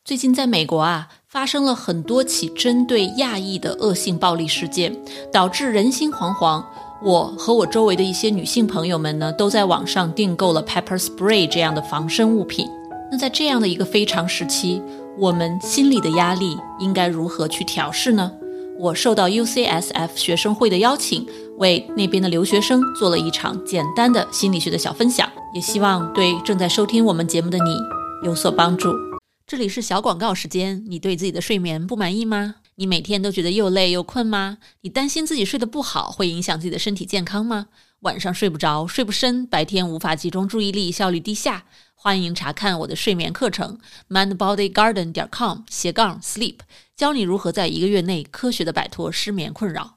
最近在美国发生了很多起针对亚裔的恶性暴力事件，导致人心惶惶。我和我周围的一些女性朋友们呢，都在网上订购了 pepper spray 这样的防身物品。那在这样的一个非常时期，我们心理的压力应该如何去调试呢？我受到 UCSF 学生会的邀请，为那边的留学生做了一场简单的心理学的小分享，也希望对正在收听我们节目的你有所帮助。这里是小广告时间，你对自己的睡眠不满意吗？你每天都觉得又累又困吗？你担心自己睡得不好会影响自己的身体健康吗？晚上睡不着，睡不深，白天无法集中注意力，效率低下？欢迎查看我的睡眠课程 mindbodygarden.com/sleep， 教你如何在1个月内科学地摆脱失眠困扰。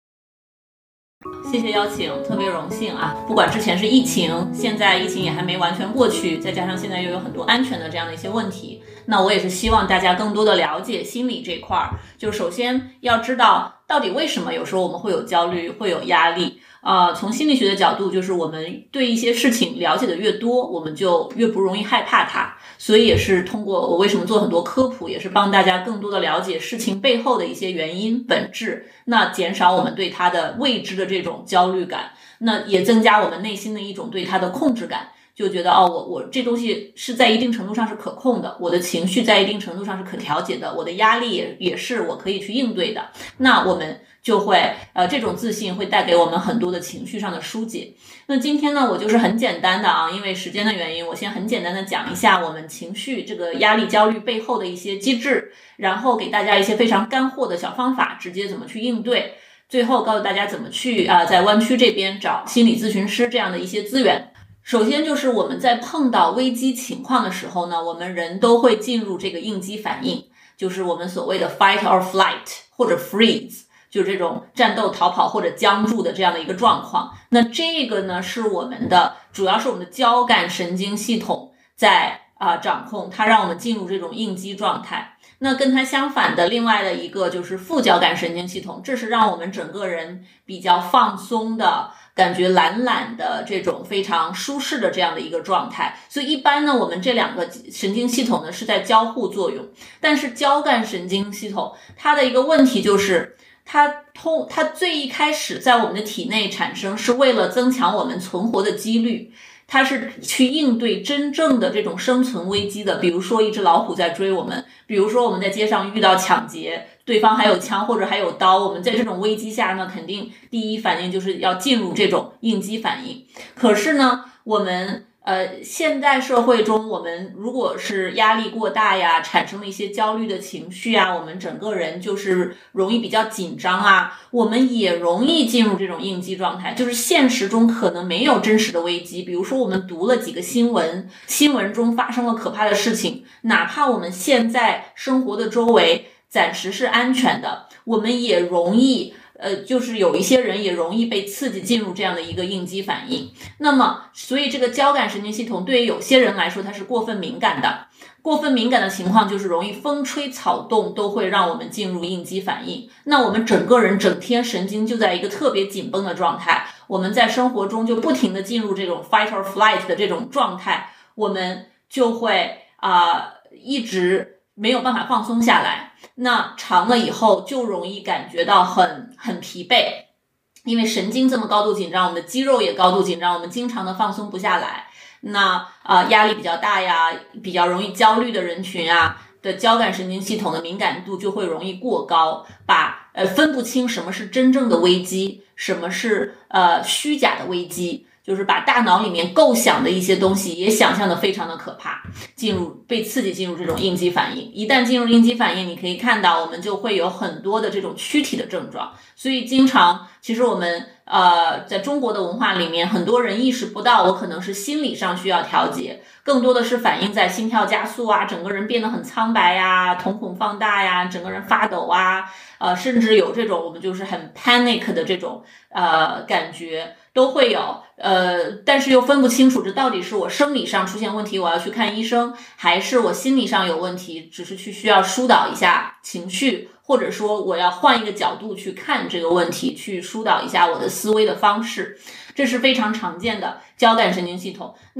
谢谢邀请，特别荣幸不管之前是疫情，现在疫情也还没完全过去，再加上现在又有很多安全的这样的一些问题，那我也是希望大家更多的了解心理这块，就首先要知道到底为什么有时候我们会有焦虑，会有压力。从心理学的角度，就是我们对一些事情了解的越多，我们就越不容易害怕它。所以也是通过我为什么做很多科普，也是帮大家更多的了解事情背后的一些原因本质，那减少我们对它的未知的这种焦虑感，那也增加我们内心的一种对它的控制感，就觉得我这东西是在一定程度上是可控的，我的情绪在一定程度上是可调节的，我的压力也是我可以去应对的，那我们就会这种自信会带给我们很多的情绪上的疏解。那今天呢，我就是很简单的因为时间的原因，我先很简单的讲一下我们情绪这个压力焦虑背后的一些机制，然后给大家一些非常干货的小方法，直接怎么去应对，最后告诉大家怎么去在湾区这边找心理咨询师这样的一些资源。首先就是我们在碰到危机情况的时候呢，我们人都会进入这个应激反应，就是我们所谓的 fight or flight 或者 freeze，就这种战斗、逃跑或者僵住的这样的一个状况。那这个呢，是我们的主要是我们的交感神经系统在掌控，它让我们进入这种应激状态。那跟它相反的另外的一个就是副交感神经系统，这是让我们整个人比较放松的感觉，懒懒的这种非常舒适的这样的一个状态。所以一般呢，我们这两个神经系统呢是在交互作用。但是交感神经系统它的一个问题就是它最一开始在我们的体内产生是为了增强我们存活的几率，它是去应对真正的这种生存危机的，比如说一只老虎在追我们，比如说我们在街上遇到抢劫，对方还有枪或者还有刀，我们在这种危机下呢，肯定第一反应就是要进入这种应激反应。可是呢，我们现代社会中，我们如果是压力过大呀，产生了一些焦虑的情绪我们整个人就是容易比较紧张我们也容易进入这种应激状态，就是现实中可能没有真实的危机，比如说我们读了几个新闻中发生了可怕的事情，哪怕我们现在生活的周围暂时是安全的，我们也容易就是有一些人也容易被刺激进入这样的一个应激反应。那么所以这个交感神经系统对于有些人来说它是过分敏感的，过分敏感的情况就是容易风吹草动都会让我们进入应激反应，那我们整个人整天神经就在一个特别紧绷的状态，我们在生活中就不停地进入这种 fight or flight 的这种状态，我们就会一直没有办法放松下来，那长了以后就容易感觉到很疲惫，因为神经这么高度紧张，我们的肌肉也高度紧张，我们经常的放松不下来，那压力比较大比较容易焦虑的人群的交感神经系统的敏感度就会容易过高，分不清什么是真正的危机，什么是虚假的危机，就是把大脑里面构想的一些东西也想象的非常的可怕，被刺激进入这种应激反应。一旦进入应激反应，你可以看到我们就会有很多的这种躯体的症状。所以经常其实我们在中国的文化里面，很多人意识不到我可能是心理上需要调节，更多的是反映在心跳加速整个人变得很苍白瞳孔放大整个人发抖甚至有这种我们就是很 panic 的这种感觉都会有，但是又分不清楚这到底是我生理上出现问题我要去看医生，还是我心理上有问题只是需要疏导一下情绪，或者说我要换一个角度去看这个问题，去疏导一下我的思维的方式，这是非常常见的交感神经系统。那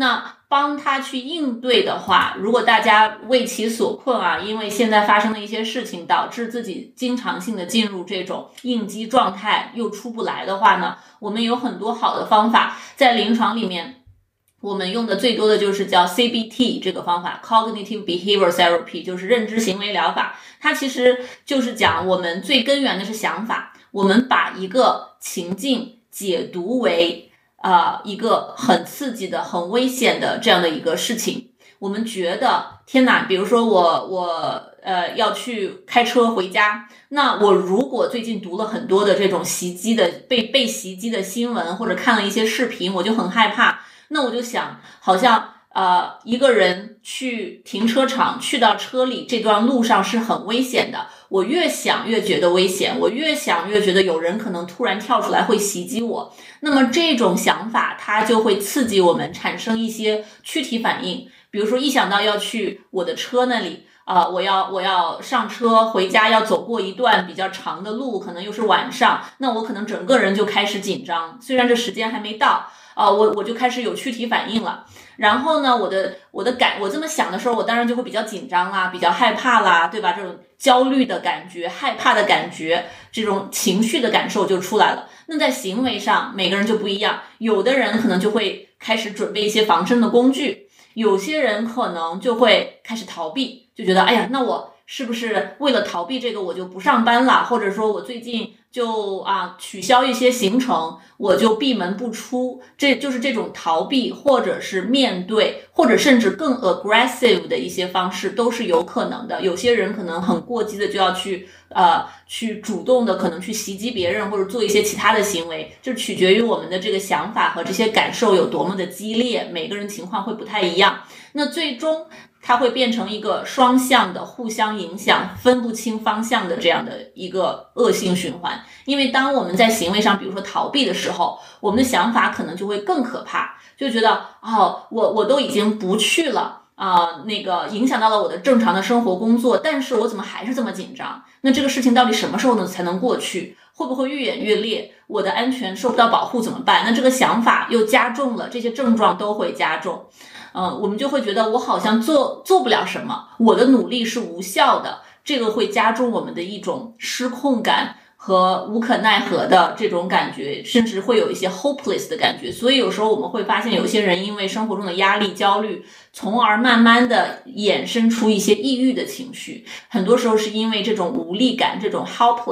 帮他去应对的话，如果大家为其所困啊，因为现在发生的一些事情导致自己经常性的进入这种应激状态又出不来的话呢，我们有很多好的方法，在临床里面我们用的最多的就是叫 CBT 这个方法 Cognitive Behavior Therapy， 就是认知行为疗法。它其实就是讲我们最根源的是想法，我们把一个情境解读为一个很刺激的很危险的这样的一个事情，我们觉得天哪，比如说我要去开车回家，那我如果最近读了很多的这种袭击的被袭击的新闻，或者看了一些视频，我就很害怕，那我就想好像一个人去停车场去到车里这段路上是很危险的，我越想越觉得危险，我越想越觉得有人可能突然跳出来会袭击我，那么这种想法它就会刺激我们产生一些躯体反应，比如说一想到要去我的车那里我要上车回家，要走过一段比较长的路，可能又是晚上，那我可能整个人就开始紧张，虽然这时间还没到我就开始有躯体反应了。然后呢，我这么想的时候，我当然就会比较紧张啦，比较害怕啦，对吧？这种焦虑的感觉、害怕的感觉，这种情绪的感受就出来了。那在行为上，每个人就不一样，有的人可能就会开始准备一些防身的工具，有些人可能就会开始逃避，就觉得哎呀，那我是不是为了逃避这个我就不上班了，或者说我最近就取消一些行程，我就闭门不出，这就是这种逃避或者是面对或者甚至更 aggressive 的一些方式都是有可能的。有些人可能很过激的就要去主动的可能去袭击别人或者做一些其他的行为，就取决于我们的这个想法和这些感受有多么的激烈，每个人情况会不太一样。那最终它会变成一个双向的互相影响分不清方向的这样的一个恶性循环。因为当我们在行为上比如说逃避的时候，我们的想法可能就会更可怕，就觉得我都已经不去了那个影响到了我的正常的生活工作，但是我怎么还是这么紧张，那这个事情到底什么时候呢才能过去，会不会越演越烈，我的安全受不到保护怎么办，那这个想法又加重了，这些症状都会加重我们就会觉得我好像做不了什么，我的努力是无效的，这个会加重我们的一种失控感和无可奈何的这种感觉，甚至会有一些 hopeless 的感觉。所以有时候我们会发现有些人因为生活中的压力焦虑，从而慢慢的衍生出一些抑郁的情绪，很多时候是因为这种无力感，这种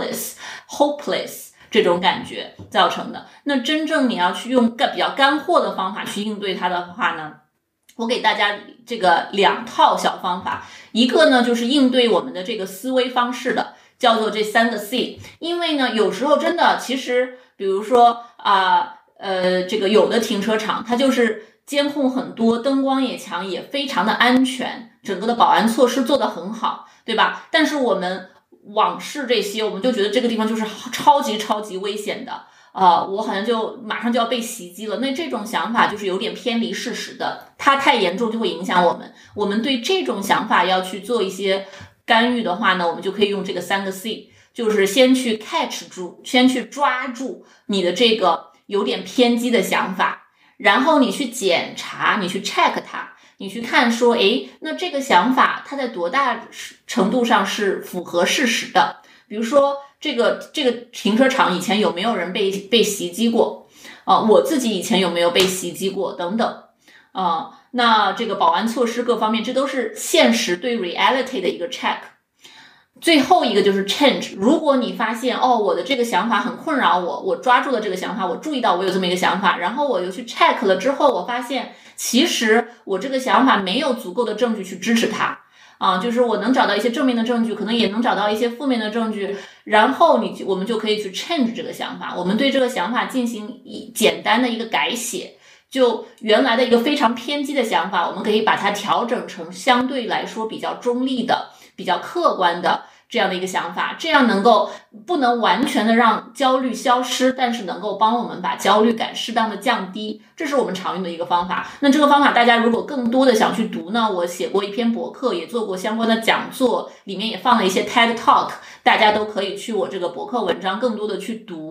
hopeless 这种感觉造成的。那真正你要去用比较干货的方法去应对它的话呢，我给大家这个2套小方法，一个呢就是应对我们的这个思维方式的，叫做这3个 C。 因为呢有时候真的其实比如说这个有的停车场它就是监控很多，灯光也强，也非常的安全，整个的保安措施做得很好，对吧？但是我们往事这些，我们就觉得这个地方就是超级危险的我好像就马上就要被袭击了，那这种想法就是有点偏离事实的，它太严重就会影响我们。我们对这种想法要去做一些干预的话呢，我们就可以用这个3个 C， 就是先去 catch 住，先去抓住你的这个有点偏激的想法，然后你去检查，你去 check 它，你去看说那这个想法它在多大程度上是符合事实的。比如说这个停车场以前有没有人被袭击过我自己以前有没有被袭击过等等那这个保安措施各方面，这都是现实对 reality 的一个 check。 最后一个就是 change， 如果你发现我的这个想法很困扰我抓住了这个想法，我注意到我有这么一个想法，然后我又去 check 了之后，我发现其实我这个想法没有足够的证据去支持它就是我能找到一些正面的证据，可能也能找到一些负面的证据，然后我们就可以去 change 这个想法，我们对这个想法进行简单的一个改写，就原来的一个非常偏激的想法，我们可以把它调整成相对来说比较中立的、比较客观的这样的一个想法，这样能够不能完全的让焦虑消失，但是能够帮我们把焦虑感适当的降低，这是我们常用的一个方法。那这个方法大家如果更多的想去读呢，我写过一篇博客，也做过相关的讲座，里面也放了一些 TED Talk， 大家都可以去我这个博客文章更多的去读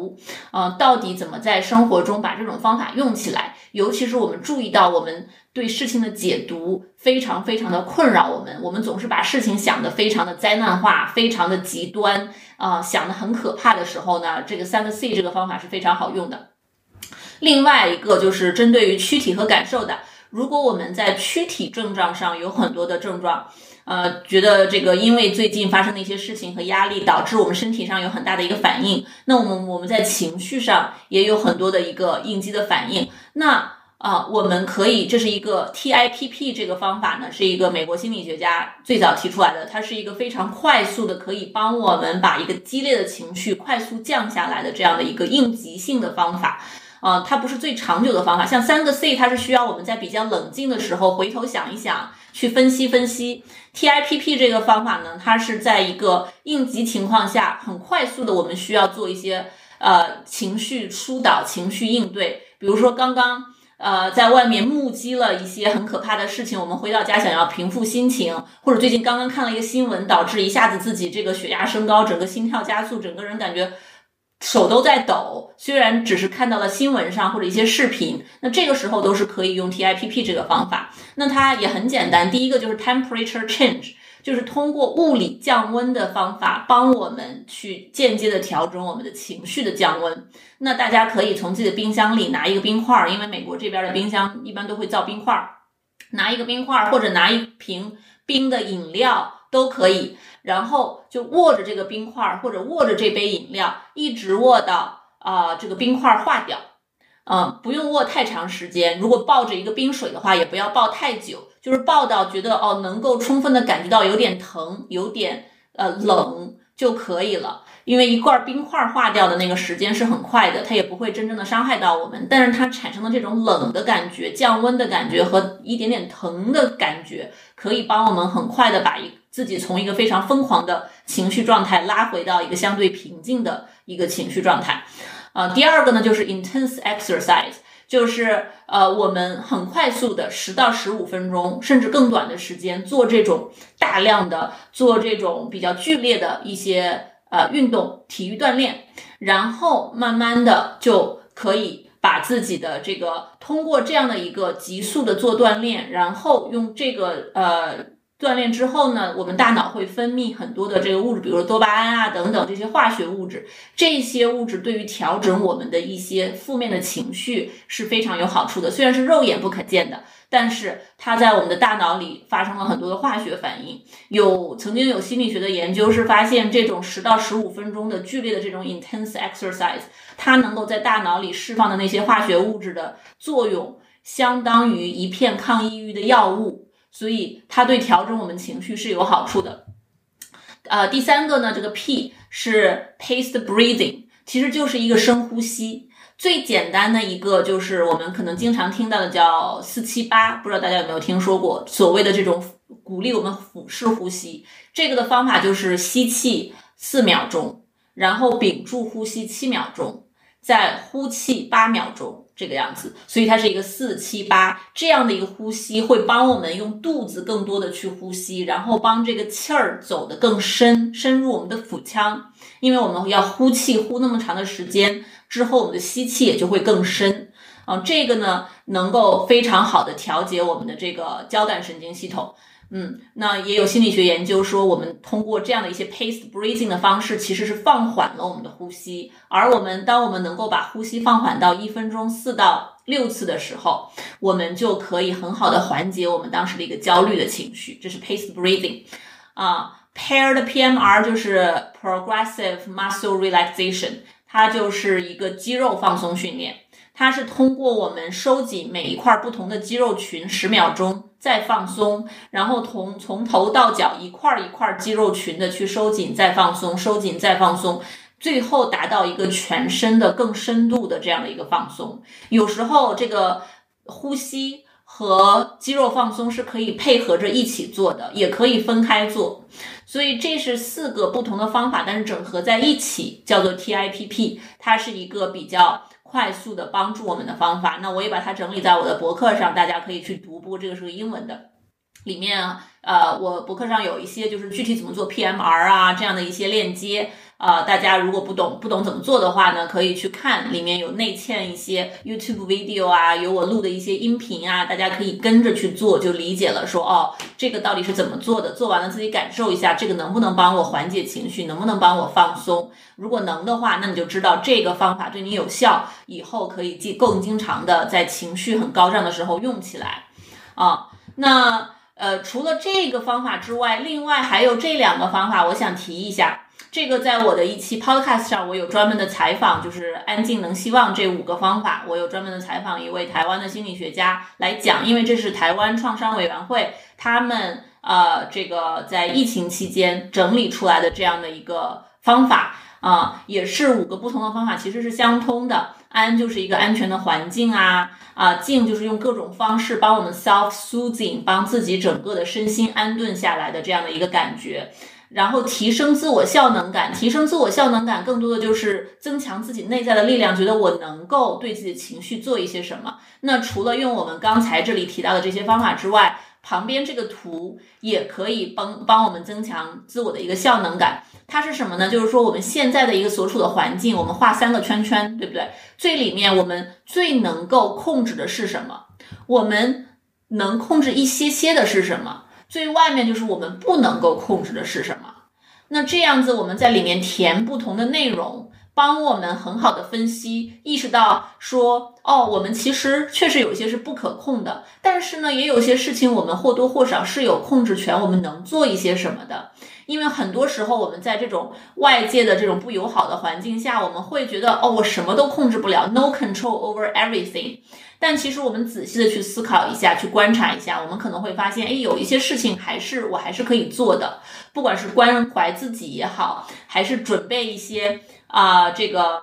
悟，到底怎么在生活中把这种方法用起来，尤其是我们注意到我们对事情的解读非常非常的困扰我们总是把事情想得非常的灾难化，非常的极端，想得很可怕的时候呢，这个3个 C 这个方法是非常好用的。另外一个就是针对于躯体和感受的，如果我们在躯体症状上有很多的症状，觉得这个因为最近发生的一些事情和压力导致我们身体上有很大的一个反应，那我们在情绪上也有很多的一个应激的反应，那我们可以，这是一个 TIPP 这个方法呢，是一个美国心理学家最早提出来的，它是一个非常快速的可以帮我们把一个激烈的情绪快速降下来的这样的一个应急性的方法。它不是最长久的方法，像3个 C 它是需要我们在比较冷静的时候回头想一想，去分析分析。TIPP 这个方法呢，它是在一个应急情况下很快速的，我们需要做一些情绪疏导、情绪应对。比如说刚刚在外面目击了一些很可怕的事情，我们回到家想要平复心情，或者最近刚刚看了一个新闻，导致一下子自己这个血压升高，整个心跳加速，整个人感觉手都在抖，虽然只是看到了新闻上或者一些视频，那这个时候都是可以用 TIPP 这个方法。那它也很简单，第一个就是 temperature change， 就是通过物理降温的方法帮我们去间接的调整我们的情绪的降温。那大家可以从自己的冰箱里拿一个冰块，因为美国这边的冰箱一般都会造冰块，拿一个冰块或者拿一瓶冰的饮料都可以，然后就握着这个冰块或者握着这杯饮料，一直握到这个冰块化掉。不用握太长时间，如果抱着一个冰水的话，也不要抱太久，就是抱到觉得能够充分的感觉到有点疼，有点冷就可以了。因为一罐冰块化掉的那个时间是很快的，它也不会真正的伤害到我们，但是它产生的这种冷的感觉、降温的感觉和一点点疼的感觉，可以帮我们很快的把自己从一个非常疯狂的情绪状态拉回到一个相对平静的一个情绪状态。第二个呢就是 intense exercise， 就是我们很快速的10到15分钟甚至更短的时间做这种大量的做这种比较剧烈的一些运动体育锻炼，然后慢慢的就可以把自己的这个通过这样的一个急速的做锻炼，然后用这个锻炼之后呢，我们大脑会分泌很多的这个物质，比如说多巴胺啊等等这些化学物质，这些物质对于调整我们的一些负面的情绪是非常有好处的，虽然是肉眼不可见的，但是它在我们的大脑里发生了很多的化学反应。曾经有心理学的研究是发现，这种10到15分钟的剧烈的这种 intense exercise， 它能够在大脑里释放的那些化学物质的作用相当于一片抗抑郁的药物，所以它对调整我们情绪是有好处的。第三个呢，这个 P 是 paced breathing， 其实就是一个深呼吸。最简单的一个就是我们可能经常听到的叫478，不知道大家有没有听说过，所谓的这种鼓励我们腹式呼吸。这个的方法就是吸气4秒钟，然后屏住呼吸7秒钟，再呼气8秒钟，这个样子。所以它是一个478，这样的一个呼吸会帮我们用肚子更多的去呼吸，然后帮这个气儿走得更深入我们的腹腔，因为我们要呼气呼那么长的时间之后，我们的吸气也就会更深。这个呢能够非常好的调节我们的这个交感神经系统。那也有心理学研究说，我们通过这样的一些 paced breathing 的方式，其实是放缓了我们的呼吸。而当我们能够把呼吸放缓到1分钟4到6次的时候，我们就可以很好的缓解我们当时的一个焦虑的情绪。这是 paced breathing。Paired PMR 就是 progressive muscle relaxation， 它就是一个肌肉放松训练。它是通过我们收紧每一块不同的肌肉群10秒钟，再放松，然后从头到脚一块一块肌肉群的去收紧再放松，收紧再放松，最后达到一个全身的更深度的这样的一个放松。有时候这个呼吸和肌肉放松是可以配合着一起做的，也可以分开做。所以这是4个不同的方法，但是整合在一起叫做 TIPP， 它是一个比较快速的帮助我们的方法。那我也把它整理在我的博客上，大家可以去读，不过这个是个英文的。里面我博客上有一些就是具体怎么做 PMR 啊这样的一些链接， 大家如果不懂怎么做的话呢，可以去看，里面有内嵌一些 YouTube video 啊，有我录的一些音频啊，大家可以跟着去做，就理解了说这个到底是怎么做的，做完了自己感受一下，这个能不能帮我缓解情绪，能不能帮我放松，如果能的话，那你就知道这个方法对你有效，以后可以更经常的在情绪很高涨的时候用起来那除了这个方法之外，另外还有这2个方法我想提一下。这个在我的一期 podcast 上我有专门的采访，就是安静能希望这5个方法，我有专门的采访一位台湾的心理学家来讲，因为这是台湾创伤委员会他们这个在疫情期间整理出来的这样的一个方法也是5个不同的方法其实是相通的。安就是一个安全的环境静就是用各种方式帮我们 self-soothing， 帮自己整个的身心安顿下来的这样的一个感觉。然后提升自我效能感，提升自我效能感更多的就是增强自己内在的力量，觉得我能够对自己的情绪做一些什么。那除了用我们刚才这里提到的这些方法之外，旁边这个图也可以帮我们增强自我的一个效能感。它是什么呢？就是说我们现在的一个所处的环境，我们画3个圈圈，对不对？最里面我们最能够控制的是什么？我们能控制一些的是什么？最外面就是我们不能够控制的是什么。那这样子我们在里面填不同的内容，帮我们很好的分析，意识到说我们其实确实有一些是不可控的，但是呢也有些事情我们或多或少是有控制权，我们能做一些什么的。因为很多时候我们在这种外界的这种不友好的环境下，我们会觉得我什么都控制不了， no control over everything。 但其实我们仔细的去思考一下，去观察一下，我们可能会发现有一些事情我还是可以做的，不管是关怀自己也好，还是准备一些这个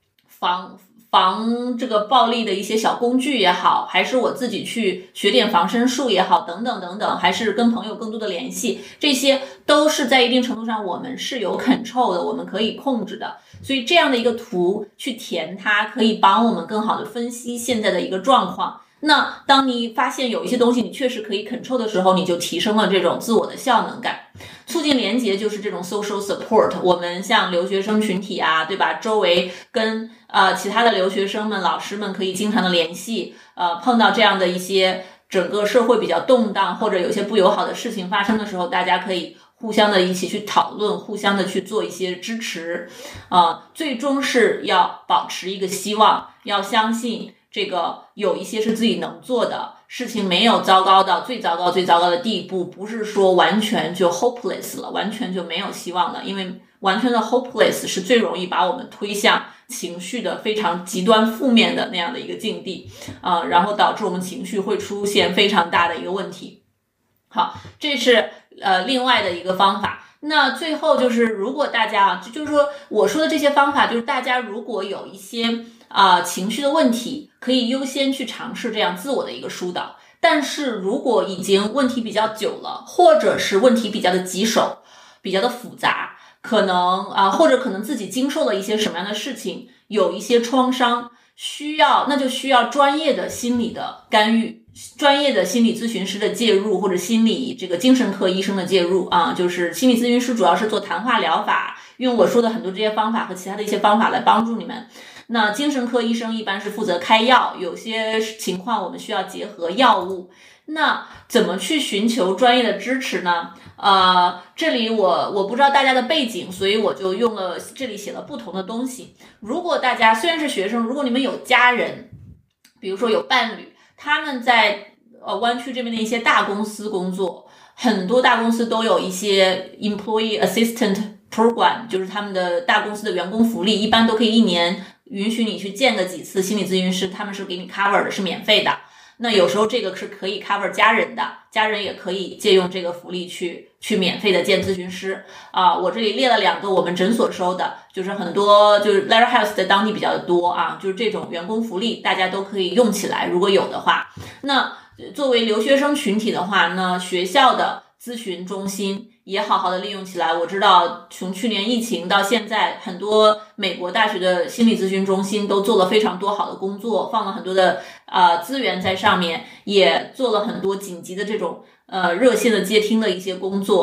防这个暴力的一些小工具也好，还是我自己去学点防身术也好，等等等等，还是跟朋友更多的联系，这些都是在一定程度上我们是有 control 的，我们可以控制的。所以这样的一个图去填它，可以帮我们更好的分析现在的一个状况。那当你发现有一些东西你确实可以 control 的时候，你就提升了这种自我的效能感。促进连结就是这种 social support， 我们像留学生群体对吧，周围跟其他的留学生们老师们可以经常的联系，碰到这样的一些整个社会比较动荡或者有些不友好的事情发生的时候，大家可以互相的一起去讨论，互相的去做一些支持最终是要保持一个希望，要相信这个有一些是自己能做的事情，没有糟糕到最糟糕的地步，不是说完全就 hopeless 了，完全就没有希望了，因为完全的 hopeless 是最容易把我们推向情绪的非常极端负面的那样的一个境地然后导致我们情绪会出现非常大的一个问题。好，这是另外的一个方法。那最后就是如果大家就是说我说的这些方法，就是大家如果有一些情绪的问题，可以优先去尝试这样自我的一个疏导。但是如果已经问题比较久了，或者是问题比较的棘手，比较的复杂，可能或者可能自己经受了一些什么样的事情，有一些创伤，那就需要专业的心理的干预，专业的心理咨询师的介入，或者这个精神科医生的介入就是心理咨询师主要是做谈话疗法，用我说的很多这些方法和其他的一些方法来帮助你们。那精神科医生一般是负责开药，有些情况我们需要结合药物。那怎么去寻求专业的支持呢？这里我不知道大家的背景，所以我就用了这里写了不同的东西。如果大家虽然是学生，如果你们有家人，比如说有伴侣，他们在湾区这边的一些大公司工作，很多大公司都有一些 employee assistant program， 就是他们的大公司的员工福利，一般都可以1年允许你去见个几次心理咨询师，他们是给你 cover 的，是免费的。那有时候这个是可以 cover 家人的，家人也可以借用这个福利去免费的见咨询师我这里列了2个我们诊所收的，就是很多就是 Lara Health 在当地比较的多就是这种员工福利大家都可以用起来，如果有的话。那作为留学生群体的话，那学校的咨询中心也好好的利用起来。我知道从去年疫情到现在，很多美国大学的心理咨询中心都做了非常多好的工作，放了很多的资源在上面，也做了很多紧急的这种热线的接听的一些工作。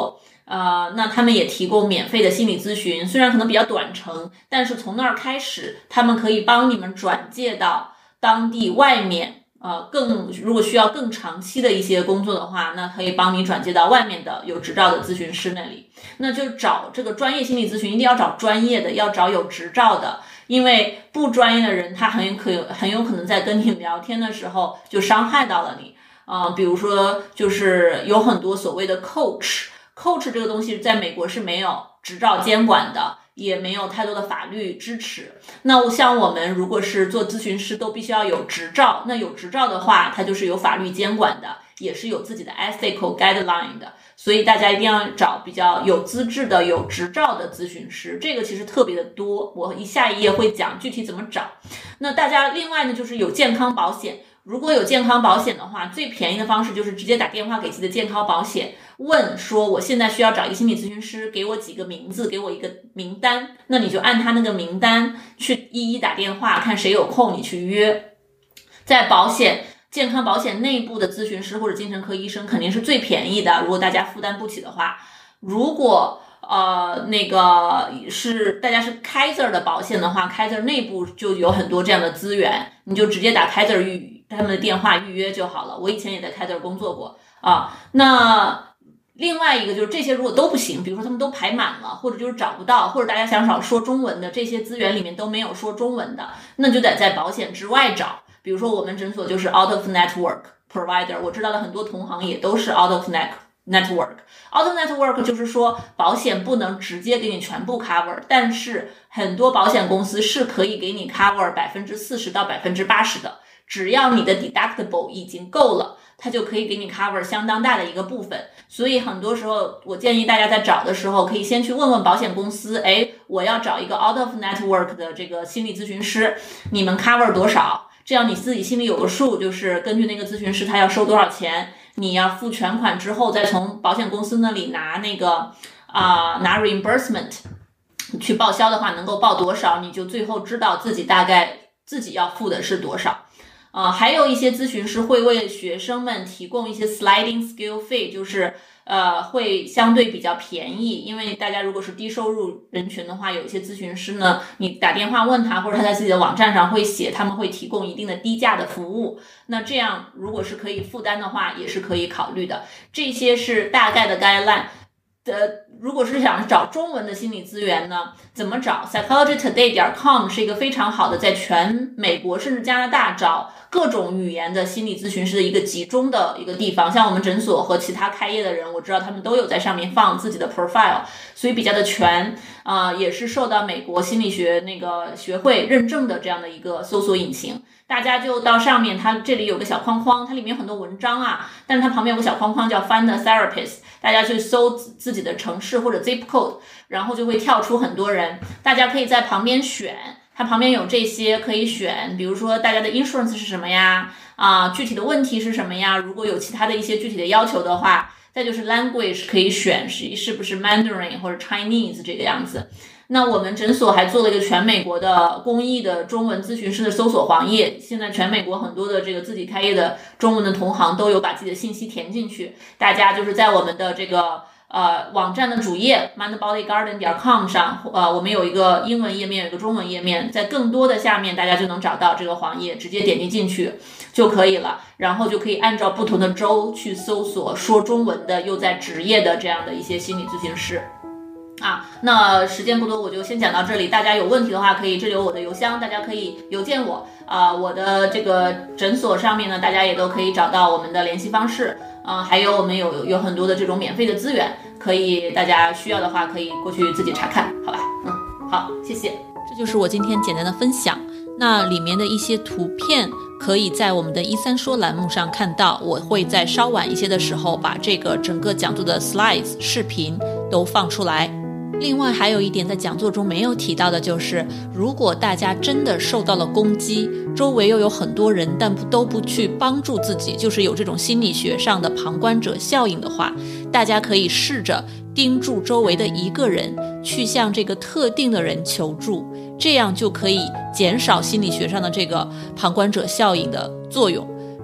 那他们也提供免费的心理咨询，虽然可能比较短程，但是从那儿开始，他们可以帮你们转介到当地外面，如果需要更长期的一些工作的话，那可以帮你转介到外面的有执照的咨询师那里。那就找这个专业心理咨询，一定要找专业的，要找有执照的，因为不专业的人，他很有可能在跟你聊天的时候就伤害到了你。比如说就是有很多所谓的 coach 这个东西在美国是没有执照监管的，也没有太多的法律支持。那像我们如果是做咨询师都必须要有执照，那有执照的话它就是有法律监管的，也是有自己的 ethical guideline 的，所以大家一定要找比较有资质的有执照的咨询师，这个其实特别的多，我下一页会讲具体怎么找。那大家另外呢就是有健康保险，如果有健康保险的话，最便宜的方式就是直接打电话给自己的健康保险，问说我现在需要找一个心理咨询师，给我几个名字，给我一个名单，那你就按他那个名单去一一打电话，看谁有空你去约。在健康保险内部的咨询师或者精神科医生肯定是最便宜的，如果大家负担不起的话。如果那个是大家是 Kaiser 的保险的话， Kaiser 内部就有很多这样的资源，你就直接打 Kaiser 他们的电话预约就好了。我以前也在 Kaiser 工作过那另外一个就是这些如果都不行，比如说他们都排满了，或者就是找不到，或者大家想找说中文的，这些资源里面都没有说中文的，那就得在保险之外找。比如说我们诊所就是 out of network provider， 我知道的很多同行也都是 out of network。 out of network 就是说保险不能直接给你全部 cover， 但是很多保险公司是可以给你 cover 40%到80%的，只要你的 deductible 已经够了，它就可以给你 cover 相当大的一个部分。所以很多时候我建议大家在找的时候可以先去问问保险公司，我要找一个 out of network 的这个心理咨询师，你们 cover 多少，这样你自己心里有个数，就是根据那个咨询师他要收多少钱，你要付全款之后再从保险公司那里拿那个拿 reimbursement 去报销的话能够报多少，你就最后知道自己大概自己要付的是多少。还有一些咨询师会为学生们提供一些 sliding scale fee， 就是会相对比较便宜，因为大家如果是低收入人群的话，有一些咨询师呢，你打电话问他，或者他在自己的网站上会写他们会提供一定的低价的服务，那这样如果是可以负担的话也是可以考虑的。这些是大概的 guideline。如果是想找中文的心理资源呢，怎么找？ psychologytoday.com 是一个非常好的在全美国甚至加拿大找各种语言的心理咨询师的一个集中的一个地方。像我们诊所和其他开业的人，我知道他们都有在上面放自己的 profile， 所以比较的全，也是受到美国心理学那个学会认证的这样的一个搜索引擎。大家就到上面，它这里有个小框框，它里面有很多文章但是它旁边有个小框框叫 Find a Therapist， 大家去搜自己的城市或者 zip code， 然后就会跳出很多人，大家可以在旁边选，它旁边有这些可以选，比如说大家的 insurance 是什么呀，具体的问题是什么呀，如果有其他的一些具体的要求的话，再就是 language 可以选是不是 Mandarin 或者 Chinese 这个样子。那我们诊所还做了一个全美国的公益的中文咨询师的搜索黄页，现在全美国很多的这个自己开业的中文的同行都有把自己的信息填进去，大家就是在我们的这个网站的主页 mindbodygarden.com 上，我们有一个英文页面，有一个中文页面，在更多的下面大家就能找到这个黄页，直接点击进去就可以了，然后就可以按照不同的州去搜索说中文的又在职业的这样的一些心理咨询师。那时间不多，我就先讲到这里。大家有问题的话，可以滞留我的邮箱，大家可以邮件我。我的这个诊所上面呢，大家也都可以找到我们的联系方式。还有我们有很多的这种免费的资源，可以大家需要的话可以过去自己查看，好吧？好，谢谢。这就是我今天简单的分享。那里面的一些图片可以在我们的1-3说栏目上看到，我会在稍晚一些的时候把这个整个讲座的 slides 视频都放出来。另外还有一点在讲座中没有提到的就是，如果大家真的受到了攻击，周围又有很多人但都不去帮助自己，就是有这种心理学上的旁观者效应的话，大家可以试着盯住周围的一个人，去向这个特定的人求助，这样就可以减少心理学上的这个旁观者效应的作用。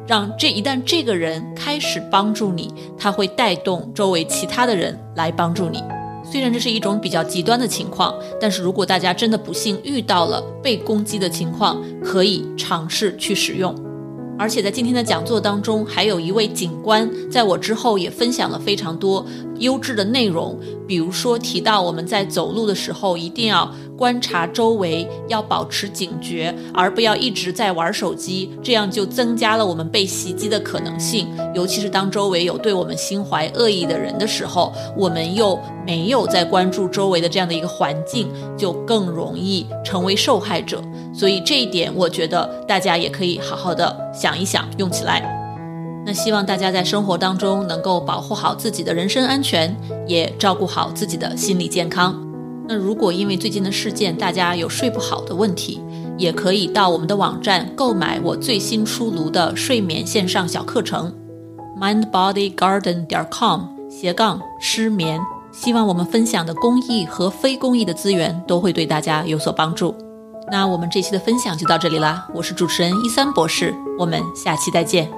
让一旦这个人开始帮助你，他会带动周围其他的人来帮助你。虽然这是一种比较极端的情况，但是如果大家真的不幸遇到了被攻击的情况，可以尝试去使用。而且在今天的讲座当中，还有一位警官在我之后也分享了非常多优质的内容，比如说提到我们在走路的时候一定要观察周围，要保持警觉，而不要一直在玩手机，这样就增加了我们被袭击的可能性。尤其是当周围有对我们心怀恶意的人的时候，我们又没有在关注周围的这样的一个环境，就更容易成为受害者。所以这一点我觉得大家也可以好好的想一想，用起来。那希望大家在生活当中能够保护好自己的人身安全，也照顾好自己的心理健康。那如果因为最近的事件大家有睡不好的问题，也可以到我们的网站购买我最新出炉的睡眠线上小课程 mindbodygarden.com/失眠。希望我们分享的公益和非公益的资源都会对大家有所帮助。那我们这期的分享就到这里啦，我是主持人13博士，我们下期再见。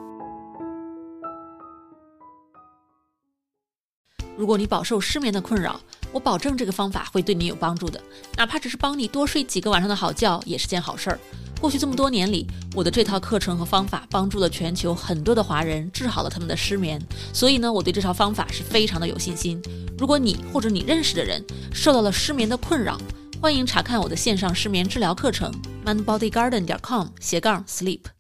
如果你饱受失眠的困扰，我保证这个方法会对你有帮助的，哪怕只是帮你多睡几个晚上的好觉，也是件好事儿。过去这么多年里，我的这套课程和方法帮助了全球很多的华人，治好了他们的失眠，所以呢，我对这套方法是非常的有信心。如果你或者你认识的人受到了失眠的困扰，欢迎查看我的线上失眠治疗课程 mindbodygarden.com/sleep。